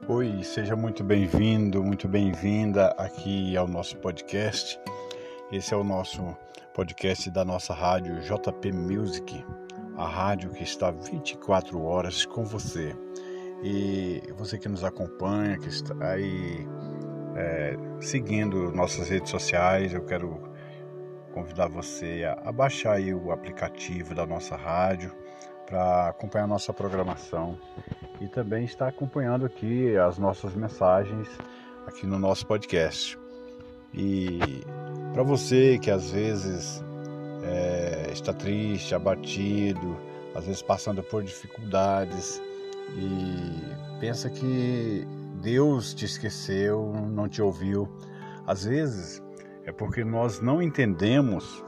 Oi, seja muito bem-vindo, muito bem-vinda aqui ao nosso podcast. Esse é o nosso podcast da nossa rádio JP Music, a rádio que está 24 horas com você. E você que nos acompanha, que está aí seguindo nossas redes sociais, eu quero convidar você a baixar aí o aplicativo da nossa rádio para acompanhar a nossa programação e também está acompanhando aqui as nossas mensagens aqui no nosso podcast. E para você que às vezes está triste, abatido, às vezes passando por dificuldades e pensa que Deus te esqueceu, não te ouviu, às vezes é porque nós não entendemos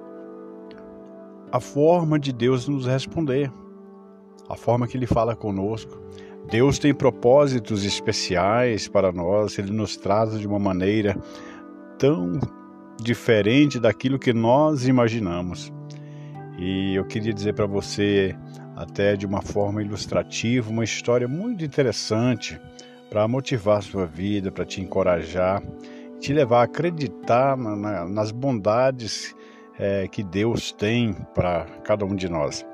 a forma de Deus nos responder, a forma que Ele fala conosco. Deus tem propósitos especiais para nós, Ele nos traz de uma maneira tão diferente daquilo que nós imaginamos. E eu queria dizer para você, até de uma forma ilustrativa, uma história muito interessante para motivar a sua vida, para te encorajar, te levar a acreditar nas bondades que Deus tem para cada um de nós.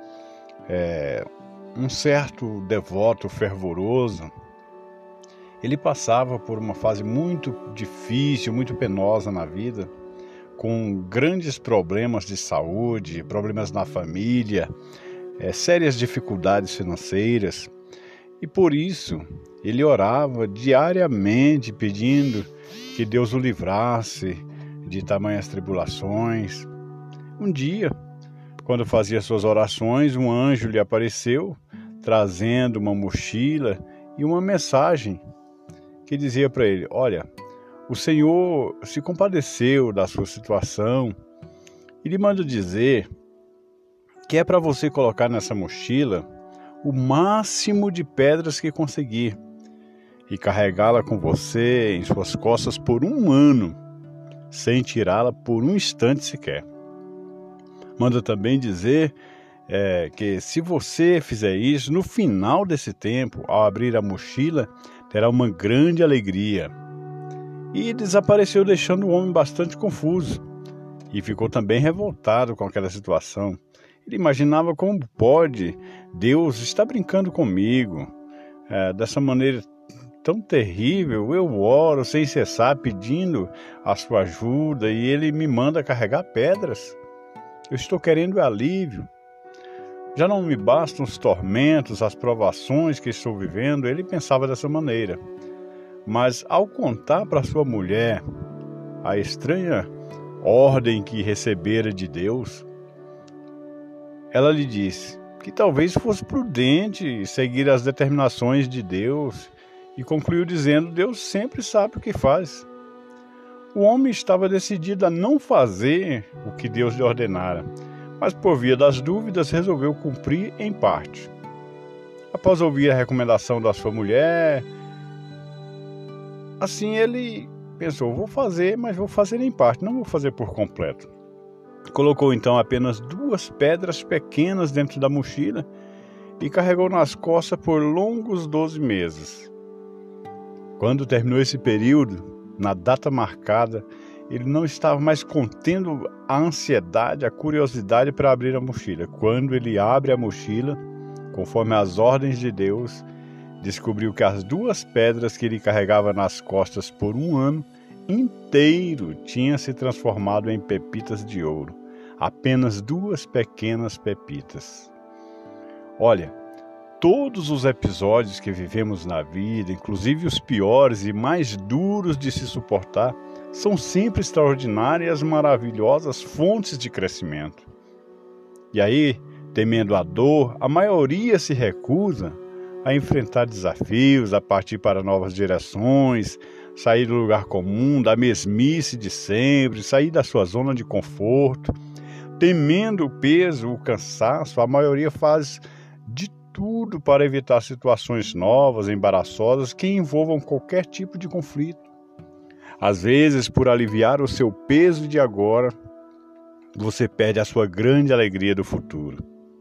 Um certo devoto fervoroso, ele passava por uma fase muito difícil, muito penosa na vida, com grandes problemas de saúde, problemas na família, sérias dificuldades financeiras. E por isso, ele orava diariamente pedindo que Deus o livrasse de tamanhas tribulações. Um dia, quando fazia suas orações, um anjo lhe apareceu, trazendo uma mochila e uma mensagem que dizia para ele: olha, o Senhor se compadeceu da sua situação e lhe manda dizer que é para você colocar nessa mochila o máximo de pedras que conseguir e carregá-la com você em suas costas por 1 ano, sem tirá-la por um instante sequer. Manda também dizer que se você fizer isso, no final desse tempo, ao abrir a mochila, terá uma grande alegria. E desapareceu, deixando o homem bastante confuso. E ficou também revoltado com aquela situação. Ele imaginava: como pode? Deus está brincando comigo. Dessa maneira tão terrível, eu oro sem cessar pedindo a sua ajuda e ele me manda carregar pedras. Eu estou querendo alívio. Já não me bastam os tormentos, as provações que estou vivendo. Ele pensava dessa maneira. Mas ao contar para sua mulher a estranha ordem que recebera de Deus, ela lhe disse que talvez fosse prudente seguir as determinações de Deus e concluiu dizendo: Deus sempre sabe o que faz. O homem estava decidido a não fazer o que Deus lhe ordenara, mas por via das dúvidas resolveu cumprir em parte. Após ouvir a recomendação da sua mulher, assim ele pensou: vou fazer, mas vou fazer em parte, não vou fazer por completo. Colocou então apenas 2 pedras pequenas dentro da mochila e carregou nas costas por longos 12 meses. Quando terminou esse período, na data marcada, ele não estava mais contendo a ansiedade, a curiosidade para abrir a mochila. Quando ele abre a mochila, conforme as ordens de Deus, descobriu que as 2 pedras que ele carregava nas costas por 1 ano inteiro tinham se transformado em pepitas de ouro. Apenas 2 pequenas pepitas. Olha, todos os episódios que vivemos na vida, inclusive os piores e mais duros de se suportar, são sempre extraordinárias, maravilhosas fontes de crescimento. E aí, temendo a dor, a maioria se recusa a enfrentar desafios, a partir para novas direções, sair do lugar comum, da mesmice de sempre, sair da sua zona de conforto. Temendo o peso, o cansaço, a maioria faz de tudo para evitar situações novas, embaraçosas, que envolvam qualquer tipo de conflito. Às vezes, por aliviar o seu peso de agora, você perde a sua grande alegria do futuro.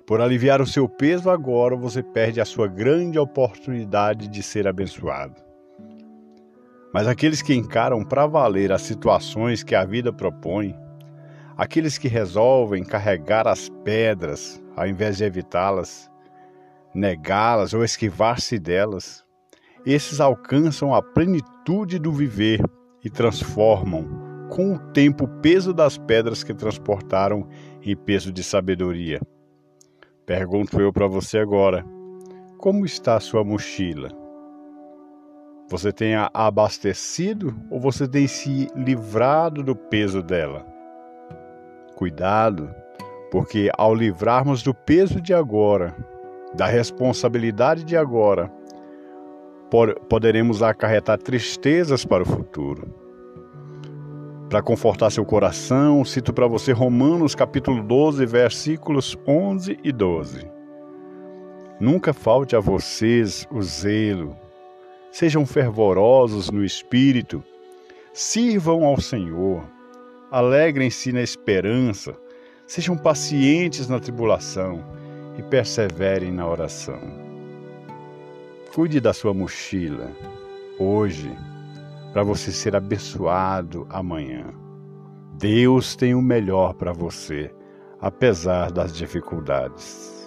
Por aliviar o seu peso agora, você perde a sua grande oportunidade de ser abençoado. Mas aqueles que encaram para valer as situações que a vida propõe, aqueles que resolvem carregar as pedras ao invés de evitá-las, negá-las ou esquivar-se delas, esses alcançam a plenitude do viver e transformam com o tempo o peso das pedras que transportaram em peso de sabedoria. Pergunto eu para você agora, como está a sua mochila? Você tem a abastecido ou você tem se livrado do peso dela? Cuidado, porque ao livrarmos do peso de agora, da responsabilidade de agora, poderemos acarretar tristezas para o futuro. Para confortar seu coração, cito para você Romanos capítulo 12, versículos 11 e 12. Nunca falte a vocês o zelo. Sejam fervorosos no espírito. Sirvam ao Senhor. Alegrem-se na esperança. Sejam pacientes na tribulação e perseverem na oração. Cuide da sua mochila hoje, para você ser abençoado amanhã. Deus tem o melhor para você, apesar das dificuldades.